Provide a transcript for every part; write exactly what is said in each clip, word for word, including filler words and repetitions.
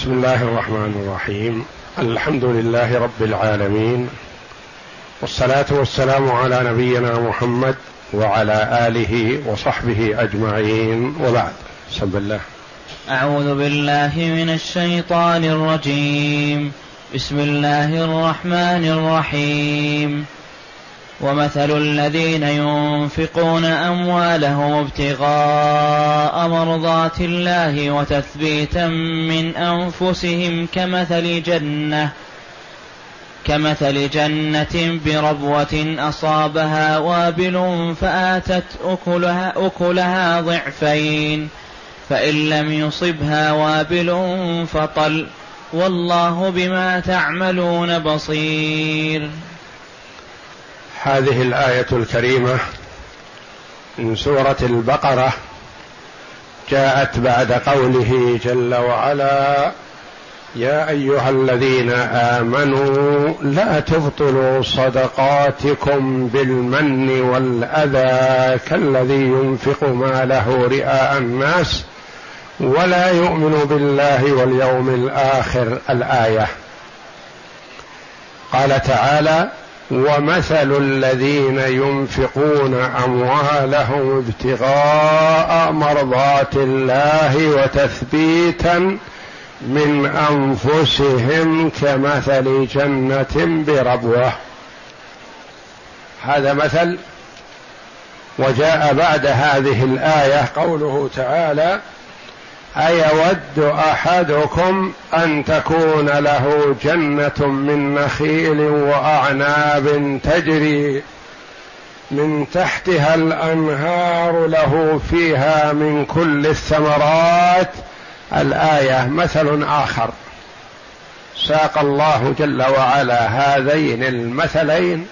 بسم الله الرحمن الرحيم. الحمد لله رب العالمين، والصلاة والسلام على نبينا محمد وعلى آله وصحبه أجمعين، وبعد. بسم الله. أعوذ بالله من الشيطان الرجيم. بسم الله الرحمن الرحيم. ومثل الذين ينفقون أموالهم ابتغاء مرضات الله وتثبيتا من أنفسهم كمثل جنة كمثل جنة بربوة أصابها وابل فآتت أكلها, أكلها ضعفين، فإن لم يصبها وابل فطل، والله بما تعملون بصير. هذه الآية الكريمة من سورة البقرة جاءت بعد قوله جل وعلا: يا أيها الذين آمنوا لا تبطلوا صدقاتكم بالمن والأذى كالذي ينفق ماله رئاء الناس ولا يؤمن بالله واليوم الآخر. الآية. قال تعالى: ومثل الذين ينفقون أموالهم ابتغاء مرضات الله وتثبيتا من أنفسهم كمثل جنة بربوة. هذا مثل. وجاء بعد هذه الآية قوله تعالى: أيود أحدكم أن تكون له جنة من نخيل وأعناب تجري من تحتها الأنهار له فيها من كل الثمرات. الآية. مثل آخر ساق الله جل وعلا هذين المثلين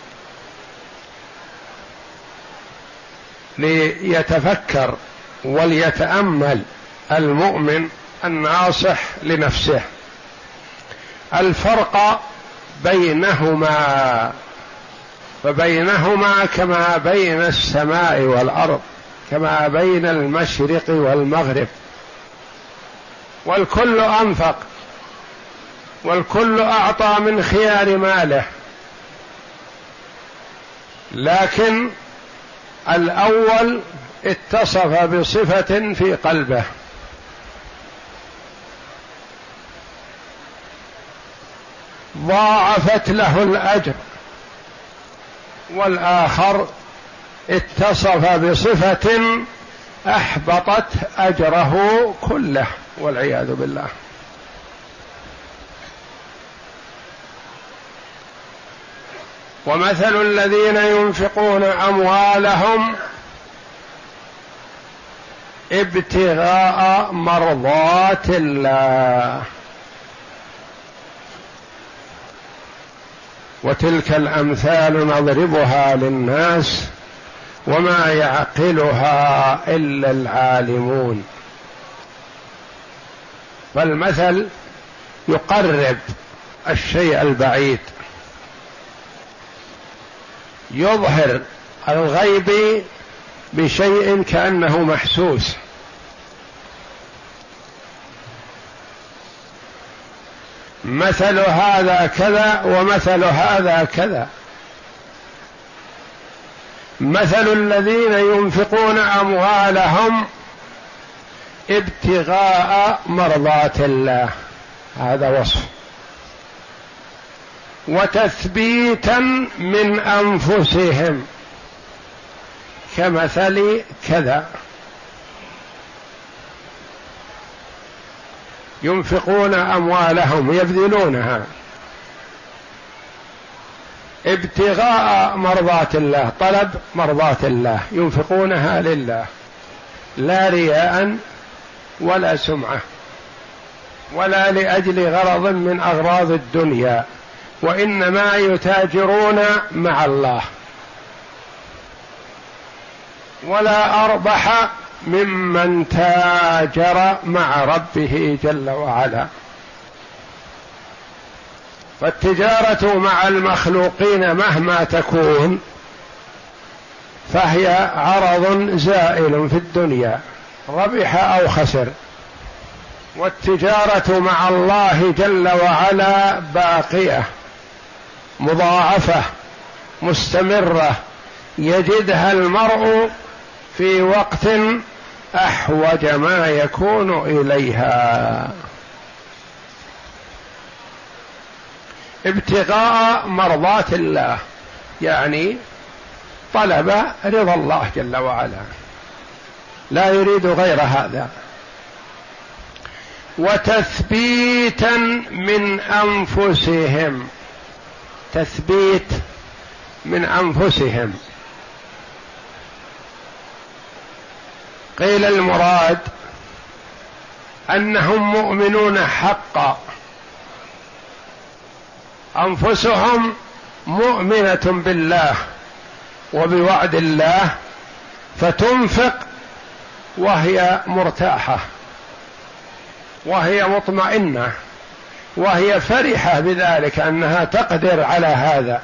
ليتفكر وليتأمل المؤمن الناصح لنفسه الفرق بينهما، فبينهما كما بين السماء والأرض، كما بين المشرق والمغرب، والكل أنفق والكل أعطى من خيار ماله، لكن الأول اتصف بصفة في قلبه، ضاعفت له الأجر، والآخر اتصف بصفة أحبطت أجره كله والعياذ بالله. ومثل الذين ينفقون أموالهم ابتغاء مرضات الله، وتلك الأمثال نضربها للناس وما يعقلها إلا العالمون. فالمثل يقرب الشيء البعيد، يظهر الغيب بشيء كأنه محسوس. مثل هذا كذا ومثل هذا كذا. مثل الذين ينفقون أموالهم ابتغاء مرضات الله، هذا وصف، وتثبيتا من أنفسهم كمثل كذا. ينفقون أموالهم يبذلونها ابتغاء مرضات الله، طلب مرضات الله، ينفقونها لله لا رياء ولا سمعة ولا لأجل غرض من أغراض الدنيا، وإنما يتاجرون مع الله، ولا أربح ممن تاجر مع ربه جل وعلا. فالتجارة مع المخلوقين مهما تكون فهي عرض زائل في الدنيا، ربح أو خسر، والتجارة مع الله جل وعلا باقية مضاعفة مستمرة، يجدها المرء في وقت أحوج ما يكون إليها، ابتغاء مرضات الله، يعني طلب رضا الله جل وعلا، لا يريد غير هذا. وتثبيتا من أنفسهم، تثبيت من أنفسهم، قيل المراد أنهم مؤمنون حقا، أنفسهم مؤمنة بالله وبوعد الله، فتنفق وهي مرتاحة وهي مطمئنة وهي فرحة بذلك أنها تقدر على هذا،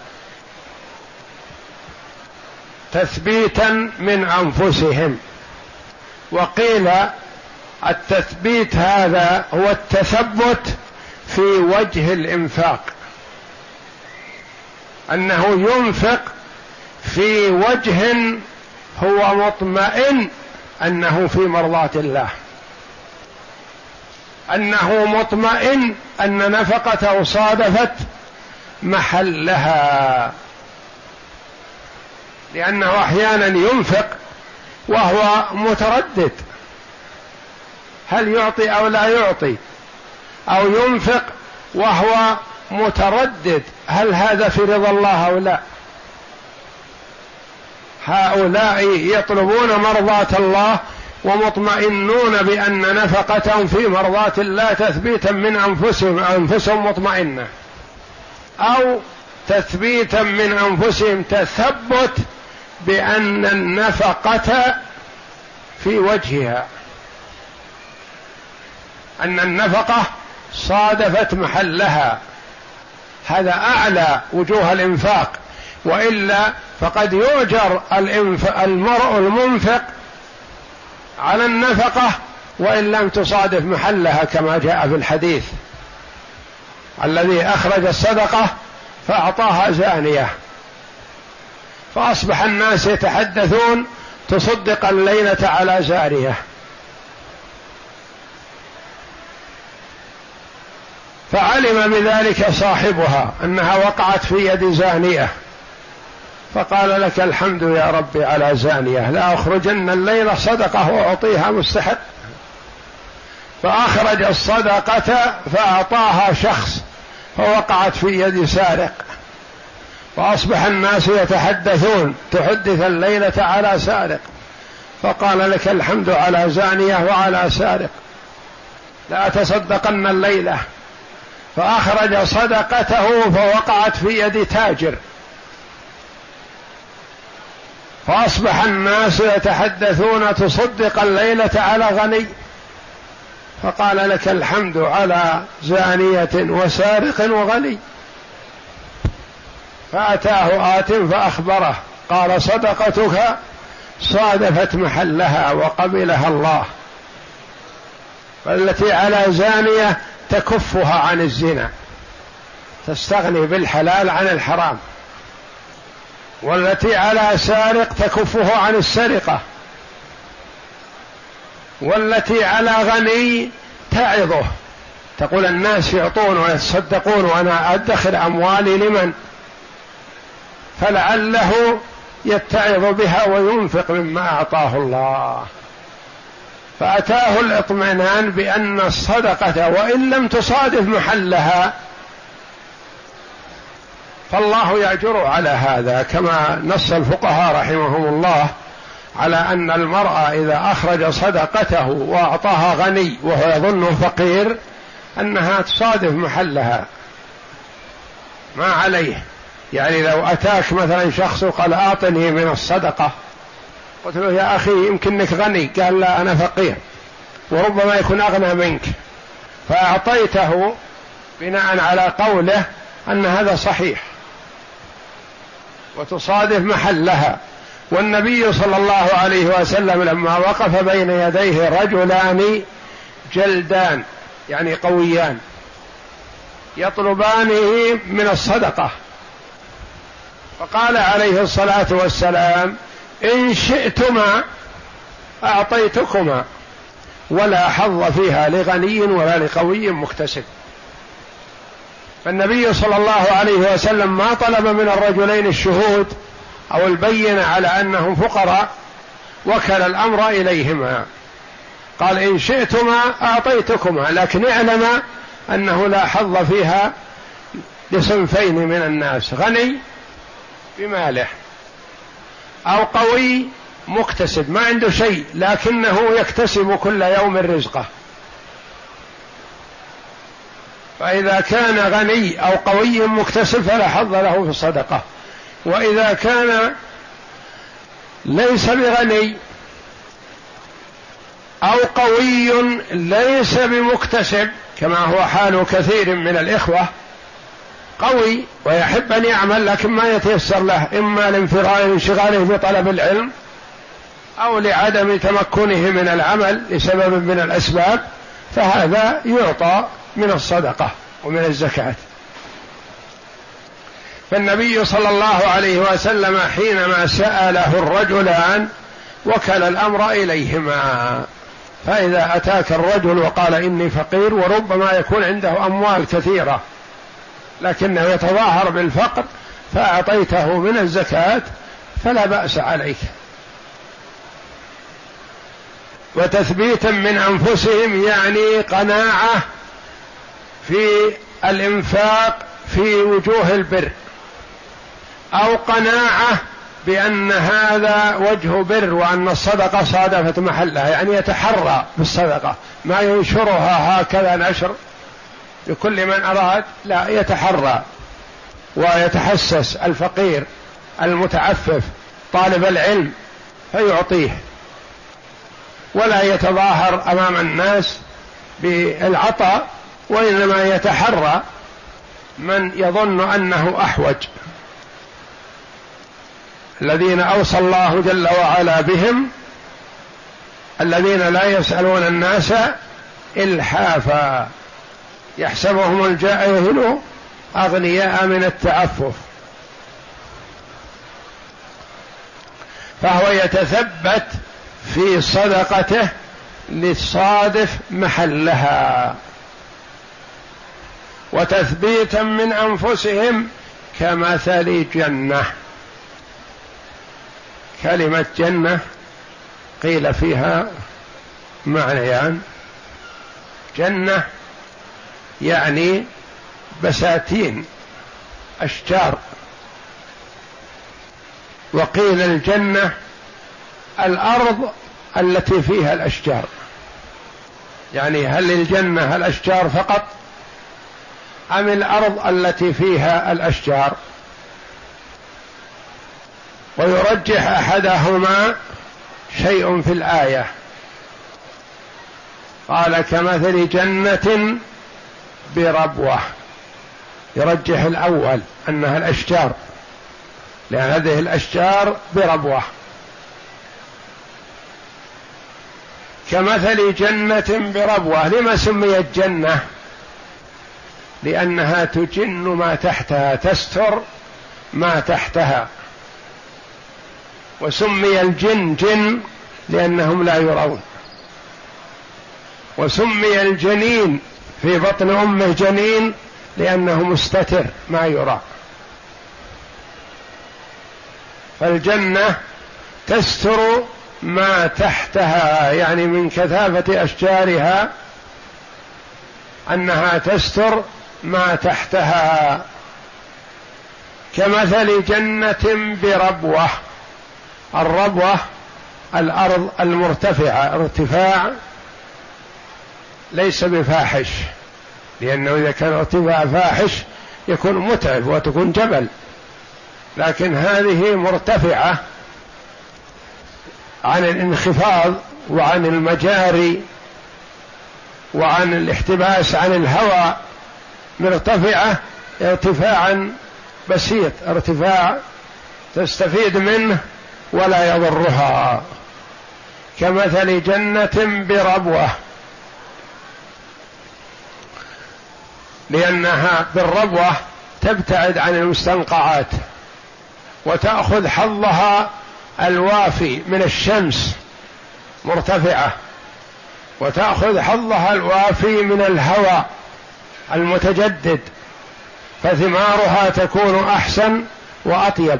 تثبيتا من أنفسهم. وقيل التثبيت هذا هو التثبت في وجه الإنفاق، أنه ينفق في وجه هو مطمئن أنه في مرضاة الله، أنه مطمئن أن نفقته صادفت محلها، لأنه أحيانا ينفق وهو متردد هل يعطي أو لا يعطي، أو ينفق وهو متردد هل هذا في رضا الله أو لا. هؤلاء يطلبون مرضاة الله ومطمئنون بأن نفقتهم في مرضاة الله تثبيتا من أنفسهم، أنفسهم مطمئنة، أو تثبيتا من أنفسهم تثبت بأن النفقة في وجهها، أن النفقة صادفت محلها، هذا أعلى وجوه الإنفاق. وإلا فقد يؤجر المرء المنفق على النفقة وإن لم تصادف محلها، كما جاء في الحديث الذي أخرج الصدقة فأعطاها زانية، فأصبح الناس يتحدثون تصدق الليلة على زانية، فعلم بذلك صاحبها أنها وقعت في يد زانية، فقال لك الحمد يا ربي على زانية، لا أخرجن الليلة صدقة وأعطيها مستحق، فأخرج الصدقة فأعطاها شخص فوقعت في يد سارق، فأصبح الناس يتحدثون تحدث الليلة على سارق، فقال لك الحمد على زانية وعلى سارق، لا تصدقن الليلة، فأخرج صدقته فوقعت في يد تاجر، فأصبح الناس يتحدثون تصدق الليلة على غني، فقال لك الحمد على زانية وسارق وغني، فأتاه آت فأخبره قال صدقتك صادفت محلها وقبلها الله، والتي على زانية تكفها عن الزنا، تستغني بالحلال عن الحرام، والتي على سارق تكفه عن السرقة، والتي على غني تعظه، تقول الناس يعطون ويتصدقون وأنا أدخر أموالي لمن، فلعله يتعظ بها وينفق مما أعطاه الله، فأتاه الاطمئنان بأن الصدقة وإن لم تصادف محلها فالله يأجر على هذا، كما نص الفقهاء رحمهم الله على أن المرأة إذا أخرج صدقته وأعطاها غني وهو يظن فقير أنها تصادف محلها ما عليه. يعني لو أتاك مثلا شخص وقال أعطني من الصدقة، قلت له يا أخي يمكنك غني، قال لا أنا فقير وربما يكون أغنى منك، فأعطيته بناء على قوله أن هذا صحيح وتصادف محلها. والنبي صلى الله عليه وسلم لما وقف بين يديه رجلان جلدان يعني قويان يطلبانه من الصدقة، فقال عليه الصلاة والسلام: إن شئتما أعطيتكما، ولا حظ فيها لغني ولا لقوي مكتسب. فالنبي صلى الله عليه وسلم ما طلب من الرجلين الشهود أو البينة على أنهم فقراء، وكل الأمر إليهما، قال: إن شئتما أعطيتكما، لكن اعلم أنه لا حظ فيها لصنفين من الناس: غني بماله، أو قوي مكتسب ما عنده شيء لكنه يكتسب كل يوم رزقه. فإذا كان غني أو قوي مكتسب فلا حظ له في الصدقة، وإذا كان ليس بغني أو قوي ليس بمكتسب، كما هو حال كثير من الإخوة، قوي ويحب أن يعمل لكن ما يتيسر له، إما لانشغاله بطلب العلم أو لعدم تمكنه من العمل لسبب من الأسباب، فهذا يعطى من الصدقة ومن الزكاة. فالنبي صلى الله عليه وسلم حينما سأله الرجلان وكل الأمر إليهما. فإذا أتاك الرجل وقال: إني فقير، وربما يكون عنده أموال كثيرة لكنه يتظاهر بالفقر، فأعطيته من الزكاة فلا بأس عليك. وتثبيتا من أنفسهم يعني قناعة في الإنفاق في وجوه البر، أو قناعة بأن هذا وجه بر وأن الصدقة صادفت محلها، يعني يتحرى بالصدقة، ما ينشرها هكذا نشر لكل من أراد، لا، يتحرى ويتحسس الفقير المتعفف طالب العلم فيعطيه، ولا يتظاهر أمام الناس بالعطاء، وإنما يتحرى من يظن أنه أحوج. الذين أوصى الله جل وعلا بهم الذين لا يسألون الناس إلحافا يحسبهم الجاهل أغنياء من التعفف، فهو يتثبت في صدقته للصادف محلها. وتثبيتا من أنفسهم كمثل جنة. كلمة جنة قيل فيها معنيان: جنة يعني بساتين أشجار، وقيل الجنة الأرض التي فيها الأشجار. يعني هل الجنة الأشجار فقط أم الأرض التي فيها الأشجار؟ ويرجح أحدهما شيء في الآية، قال: كمثل جنة بربوة، يرجح الأول أنها الأشجار، لأن هذه الأشجار بربوة. كمثل جنة بربوة، لما سميت جنة؟ لأنها تجن ما تحتها، تستر ما تحتها. وسمي الجن جن لأنهم لا يرون. وسمي الجنين في بطن أمه جنين لأنه مستتر ما يرى. فالجنة تستر ما تحتها، يعني من كثافة أشجارها أنها تستر ما تحتها. كمثل جنة بربوة، الربوة الأرض المرتفعة، ارتفاع ليس بفاحش، لأنه إذا كان ارتفاع فاحش يكون متعب وتكون جبل، لكن هذه مرتفعة عن الانخفاض وعن المجاري وعن الاحتباس عن الهواء، مرتفعة ارتفاعا بسيط، ارتفاع تستفيد منه ولا يضرها. كمثل جنة بربوة، لأنها بالربوة تبتعد عن المستنقعات وتأخذ حظها الوافي من الشمس مرتفعة، وتأخذ حظها الوافي من الهواء المتجدد، فثمارها تكون أحسن وأطيب.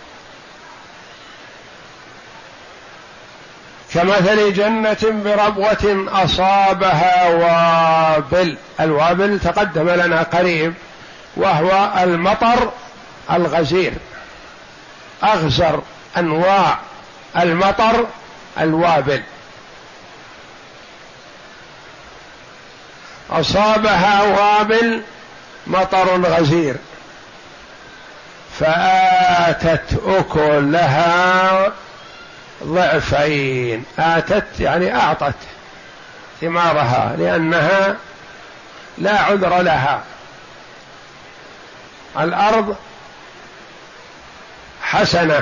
كمثل جنة بربوة أصابها وابل. الوابل تقدم لنا قريب، وهو المطر الغزير، أغزر أنواع المطر الوابل. أصابها وابل مطر غزير فآتت أكلها ضعفين. آتت يعني أعطت ثمارها، لأنها لا عذر لها. الأرض حسنة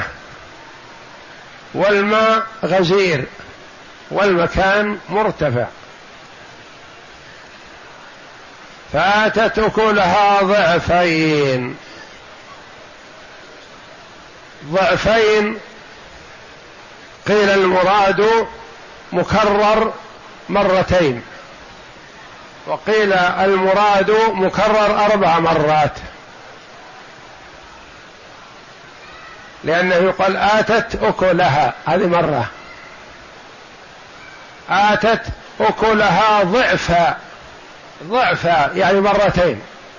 والماء غزير والمكان مرتفع، فآتت أكلها ضعفين. ضعفين قيل المراد مكرر مرتين، وقيل المراد مكرر أربع مرات، لأنه يقال آتت أكلها هذه مرة، آتت أكلها ضعفا، ضعفا يعني مرتين،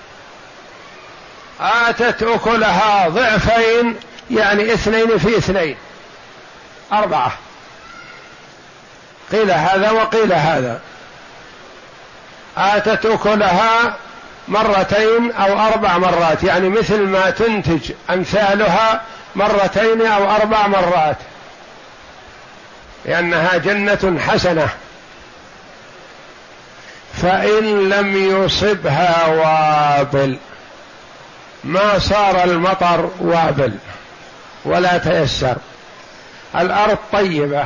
آتت أكلها ضعفين يعني اثنين في اثنين، أربعة. قيل هذا وقيل هذا، آتت أكلها مرتين أو أربع مرات، يعني مثل ما تنتج أمثالها مرتين أو أربع مرات، لأنها جنة حسنة. فإن لم يصبها وابل، ما صار المطر وابل ولا تيسر، الأرض طيبة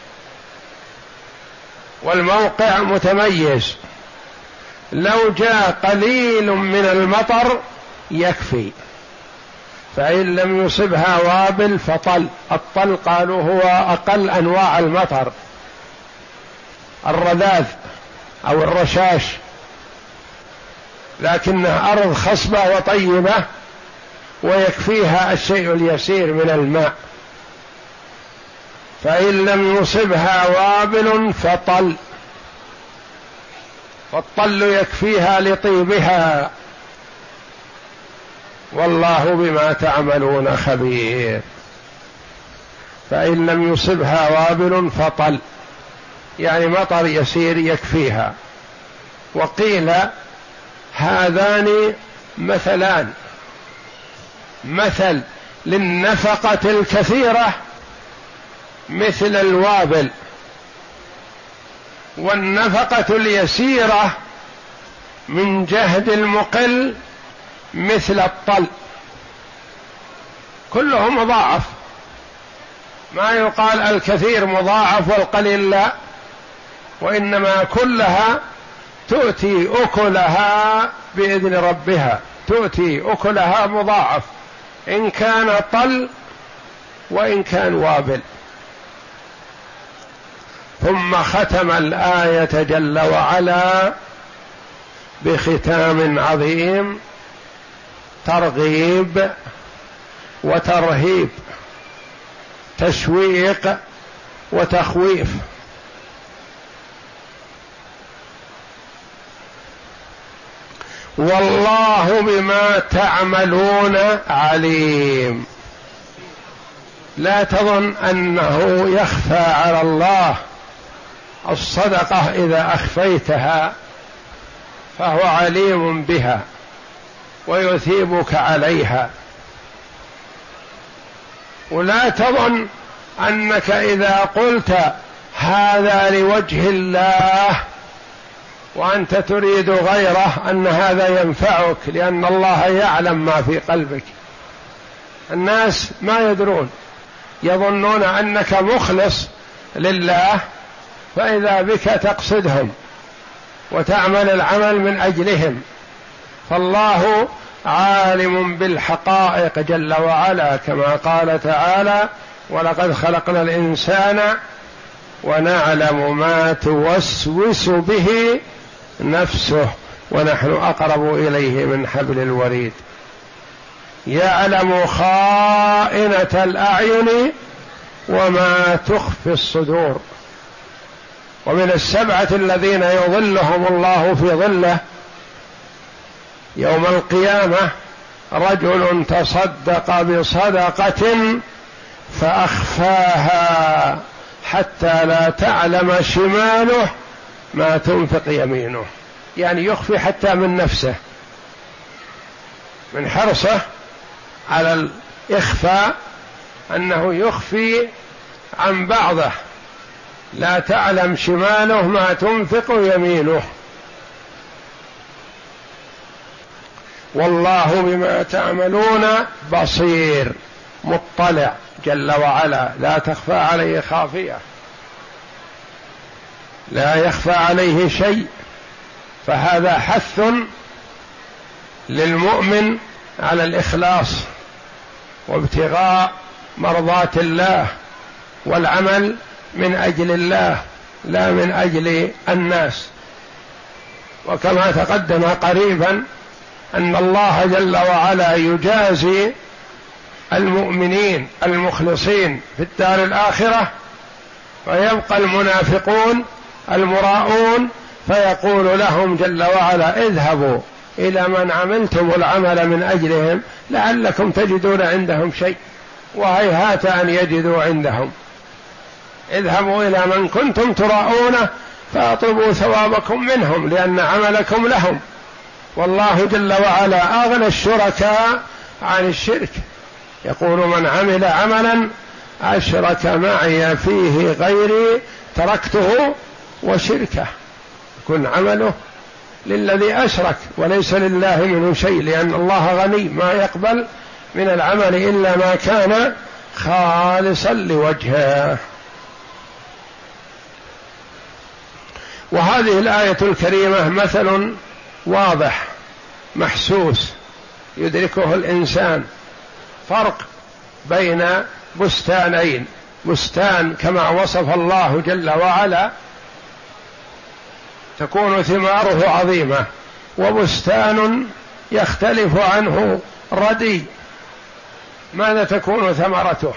والموقع متميز، لو جاء قليل من المطر يكفي. فإن لم يصبها وابل فطل. الطل قالوا هو أقل أنواع المطر، الرذاذ أو الرشاش، لكنها أرض خصبة وطيبة ويكفيها الشيء اليسير من الماء. فإن لم يصبها وابل فطل، فالطل يكفيها لطيبها، والله بما تعملون خبير. فإن لم يصبها وابل فطل يعني مطر يسير يكفيها. وقيل هذان مثلان، مثل للنفقة الكثيرة مثل الوابل، والنفقة اليسيرة من جهد المقل مثل الطل. كله مضاعف، ما يقال الكثير مضاعف والقليل لا، وإنما كلها تؤتي أكلها بإذن ربها، تؤتي أكلها مضاعف، إن كان طل وإن كان وابل. ثم ختم الآية جل وعلا بختام عظيم، ترغيب وترهيب، تشويق وتخويف. والله بما تعملون عليم. لا تظن أنه يخفى على الله الصدقة إذا أخفيتها، فهو عليم بها ويثيبك عليها. ولا تظن أنك إذا قلت هذا لوجه الله وأنت تريد غيره أن هذا ينفعك، لأن الله يعلم ما في قلبك. الناس ما يدرون، يظنون أنك مخلص لله، فإذا بك تقصدهم وتعمل العمل من أجلهم، فالله عالم بالحقائق جل وعلا، كما قال تعالى: ولقد خلقنا الإنسان ونعلم ما توسوس به نفسه ونحن أقرب إليه من حبل الوريد. يعلم خائنة الأعين وما تخفي الصدور. ومن السبعة الذين يظلهم الله في ظله يوم القيامة رجل تصدق بصدقة فأخفاها حتى لا تعلم شماله ما تنفق يمينه، يعني يخفي حتى من نفسه، من حرصه على الإخفاء أنه يخفي عن بعضه، لا تعلم شماله ما تنفق يمينه. والله بما تعملون بصير، مطلع جل وعلا، لا تخفى عليه خافية، لا يخفى عليه شيء. فهذا حث للمؤمن على الإخلاص وابتغاء مرضاة الله والعمل من أجل الله لا من أجل الناس. وكما تقدم قريبا أن الله جل وعلا يجازي المؤمنين المخلصين في الدار الآخرة، ويبقى المنافقون المراؤون فيقول لهم جل وعلا: اذهبوا إلى من عملتم العمل من أجلهم لعلكم تجدون عندهم شيء، وهيهات أن يجدوا عندهم. اذهبوا إلى من كنتم تراؤونه فاطلبوا ثوابكم منهم لأن عملكم لهم. والله جل وعلا أغنى الشركاء عن الشرك، يقول: من عمل عملا أشرك معي فيه غيري تركته وشركه. يكون عمله للذي أشرك وليس لله منه شيء، لأن الله غني ما يقبل من العمل إلا ما كان خالصا لوجهه. وهذه الآية الكريمة مثل واضح محسوس يدركه الإنسان، فرق بين بستانين: بستان كما وصف الله جل وعلا تكون ثماره عظيمة، وبستان يختلف عنه ردي، ماذا تكون ثمرته؟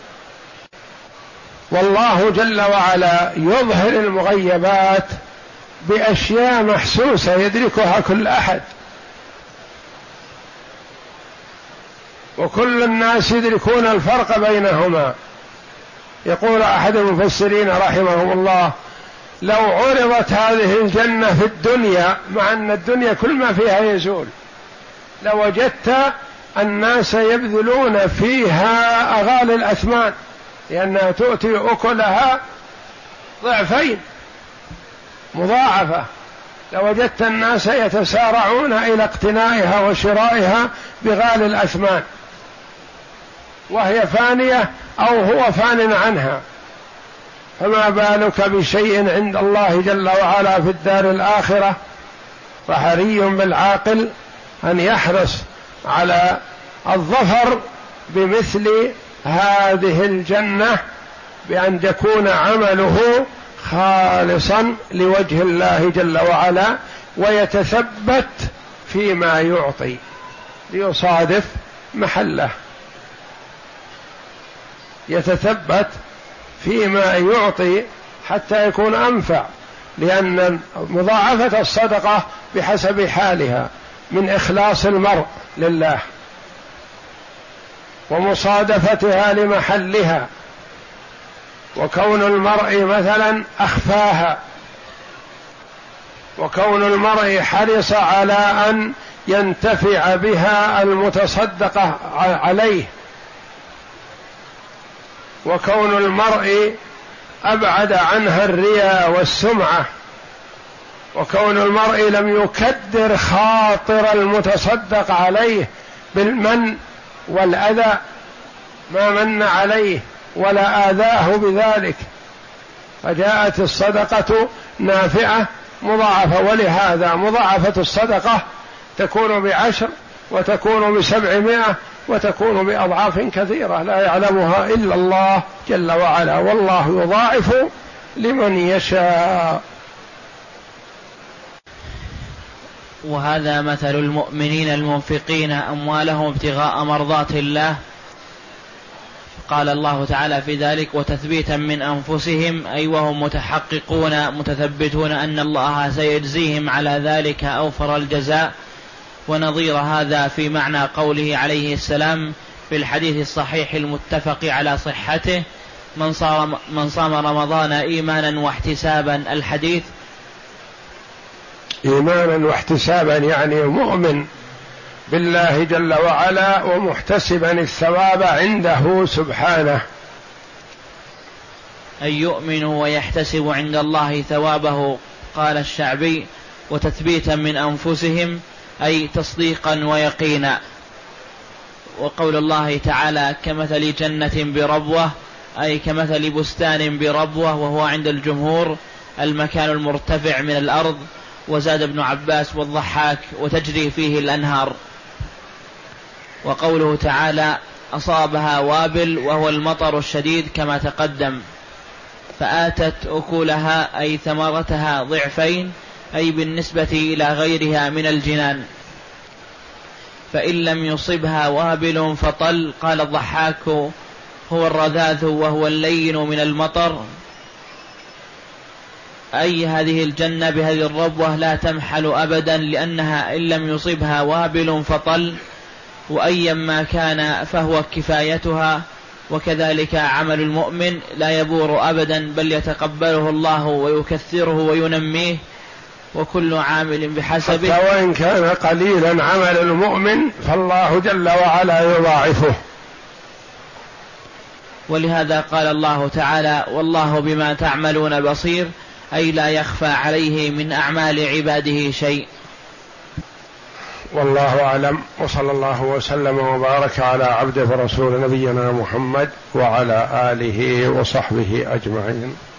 والله جل وعلا يظهر المغيبات بأشياء محسوسة يدركها كل أحد، وكل الناس يدركون الفرق بينهما. يقول أحد المفسرين رحمه الله: لو عرضت هذه الجنة في الدنيا، مع أن الدنيا كل ما فيها يزول، لوجدت الناس يبذلون فيها أغالي الأثمان، لأنها تؤتي أكلها ضعفين مضاعفة. لوجدت الناس يتسارعون إلى اقتنائها وشرائها بغالي الأثمان، وهي فانية أو هو فان عنها، فما بالك بشيء عند الله جل وعلا في الدار الآخرة؟ فحري بالعاقل أن يحرص على الظفر بمثل هذه الجنة، بأن يكون عمله خالصا لوجه الله جل وعلا، ويتثبت فيما يعطي ليصادف محله، يتثبت فيما يعطي حتى يكون أنفع، لأن مضاعفة الصدقة بحسب حالها من إخلاص المرء لله ومصادفتها لمحلها، وكون المرء مثلا أخفاها، وكون المرء حرص على أن ينتفع بها المتصدق عليه، وكون المرء أبعد عنها الرياء والسمعة، وكون المرء لم يكدر خاطر المتصدق عليه بالمن والأذى، ما من عليه ولا آذاه بذلك، فجاءت الصدقة نافعة مضاعفة. ولهذا مضاعفة الصدقة تكون بعشر وتكون بسبعمائة وتكون بأضعاف كثيرة لا يعلمها إلا الله جل وعلا، والله يضاعف لمن يشاء. وهذا مثل المؤمنين المنفقين أموالهم ابتغاء مرضات الله. قال الله تعالى في ذلك: وتثبيتا من أنفسهم، أي وهم متحققون متثبتون أن الله سيجزيهم على ذلك أوفر الجزاء. ونظير هذا في معنى قوله عليه السلام في الحديث الصحيح المتفق على صحته: من صام, من صام رمضان إيمانا واحتسابا. الحديث إيمانا واحتسابا يعني مؤمن بالله جل وعلا ومحتسبا الثواب عنده سبحانه، أي يؤمن ويحتسب عند الله ثوابه. قال الشعبي: وتثبيتا من أنفسهم، أي تصديقا ويقينا. وقول الله تعالى: كمثل جنة بربوة، أي كمثل بستان بربوة، وهو عند الجمهور المكان المرتفع من الأرض. وزاد ابن عباس والضحاك: وتجري فيه الأنهار. وقوله تعالى: أصابها وابل، وهو المطر الشديد كما تقدم. فآتت أكلها، أي ثمرتها ضعفين، أي بالنسبة إلى غيرها من الجنان. فإن لم يصبها وابل فطل. قال الضحاك: هو الرذاذ وهو اللين من المطر، أي هذه الجنة بهذه الربوة لا تمحل أبدا، لأنها إن لم يصبها وابل فطل، وأيا ما كان فهو كفايتها. وكذلك عمل المؤمن لا يبور أبدا، بل يتقبله الله ويكثره وينميه، وكل عامل بحسبه. حتى وإن كان قليلا عمل المؤمن فالله جل وعلا يضاعفه. ولهذا قال الله تعالى: والله بما تعملون بصير، أي لا يخفى عليه من أعمال عباده شيء. والله أعلم، وصلى الله وسلم وبارك على عبده ورسول نبينا محمد وعلى آله وصحبه أجمعين.